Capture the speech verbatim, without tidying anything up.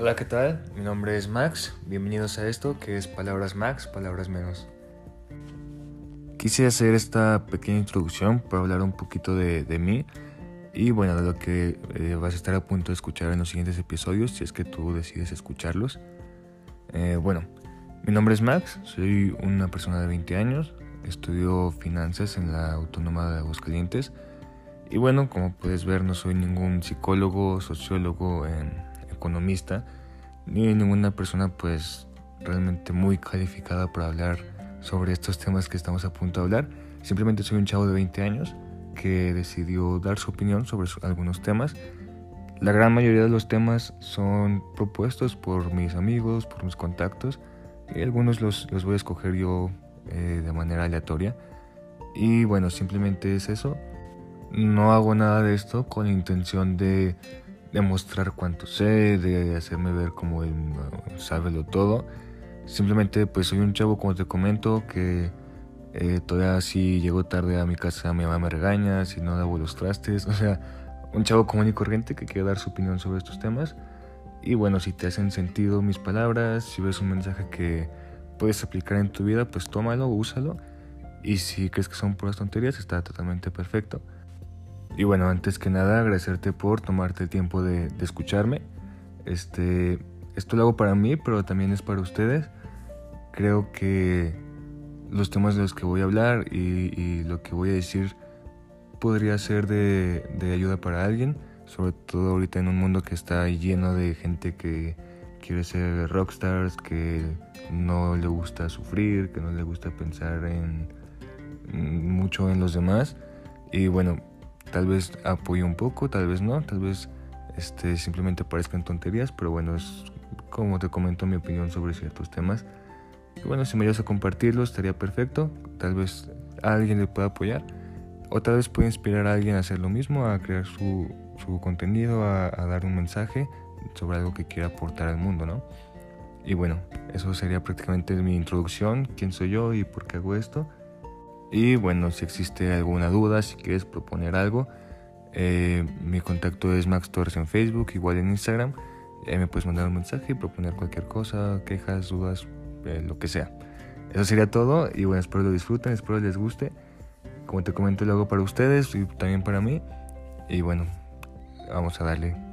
Hola, ¿qué tal? Mi nombre es Max. Bienvenidos a esto que es Palabras Max, Palabras Menos. Quise hacer esta pequeña introducción para hablar un poquito de, de mí y bueno, de lo que eh, vas a estar a punto de escuchar en los siguientes episodios si es que tú decides escucharlos. Eh, bueno, mi nombre es Max, soy una persona de veinte años, estudio finanzas en la Autónoma de Aguascalientes y bueno, como puedes ver, no soy ningún psicólogo, sociólogo, eh, economista, ni ninguna persona pues realmente muy calificada para hablar sobre estos temas que estamos a punto de hablar. Simplemente soy un chavo de veinte años que decidió dar su opinión sobre algunos temas. La gran mayoría de los temas son propuestos por mis amigos, por mis contactos, y algunos los, los voy a escoger yo eh, de manera aleatoria. Y bueno, simplemente es eso. No hago nada de esto con la intención de demostrar cuánto sé, de hacerme ver como el uh, sábelo todo. Simplemente pues soy un chavo, como te comento, que eh, todavía si llego tarde a mi casa mi mamá me regaña, si no lavo los trastes, o sea, un chavo común y corriente que quiere dar su opinión sobre estos temas. Y bueno, si te hacen sentido mis palabras, si ves un mensaje que puedes aplicar en tu vida, pues tómalo, úsalo. Y si crees que son puras tonterías, está totalmente perfecto. Y bueno, antes que nada, agradecerte por tomarte el tiempo de, de escucharme. Este, esto lo hago para mí, pero también es para ustedes. Creo que los temas de los que voy a hablar y, y lo que voy a decir podría ser de, de ayuda para alguien, sobre todo ahorita en un mundo que está lleno de gente que quiere ser rockstars, que no le gusta sufrir, que no le gusta pensar en mucho en los demás. Y bueno, tal vez apoye un poco, tal vez no, tal vez este, simplemente parezcan tonterías, pero bueno, es como te comento mi opinión sobre ciertos temas. Y bueno, si me ayudas a compartirlo estaría perfecto, tal vez a alguien le pueda apoyar, o tal vez pueda inspirar a alguien a hacer lo mismo, a crear su, su contenido, a, a dar un mensaje sobre algo que quiera aportar al mundo, ¿no? Y bueno, eso sería prácticamente mi introducción, quién soy yo y por qué hago esto. Y bueno, si existe alguna duda, si quieres proponer algo, eh, mi contacto es Max Torres en Facebook, igual en Instagram. Eh, me puedes mandar un mensaje y proponer cualquier cosa, quejas, dudas, eh, lo que sea. Eso sería todo y bueno, espero lo disfruten, espero les guste. Como te comento, lo hago para ustedes y también para mí. Y bueno, vamos a darle.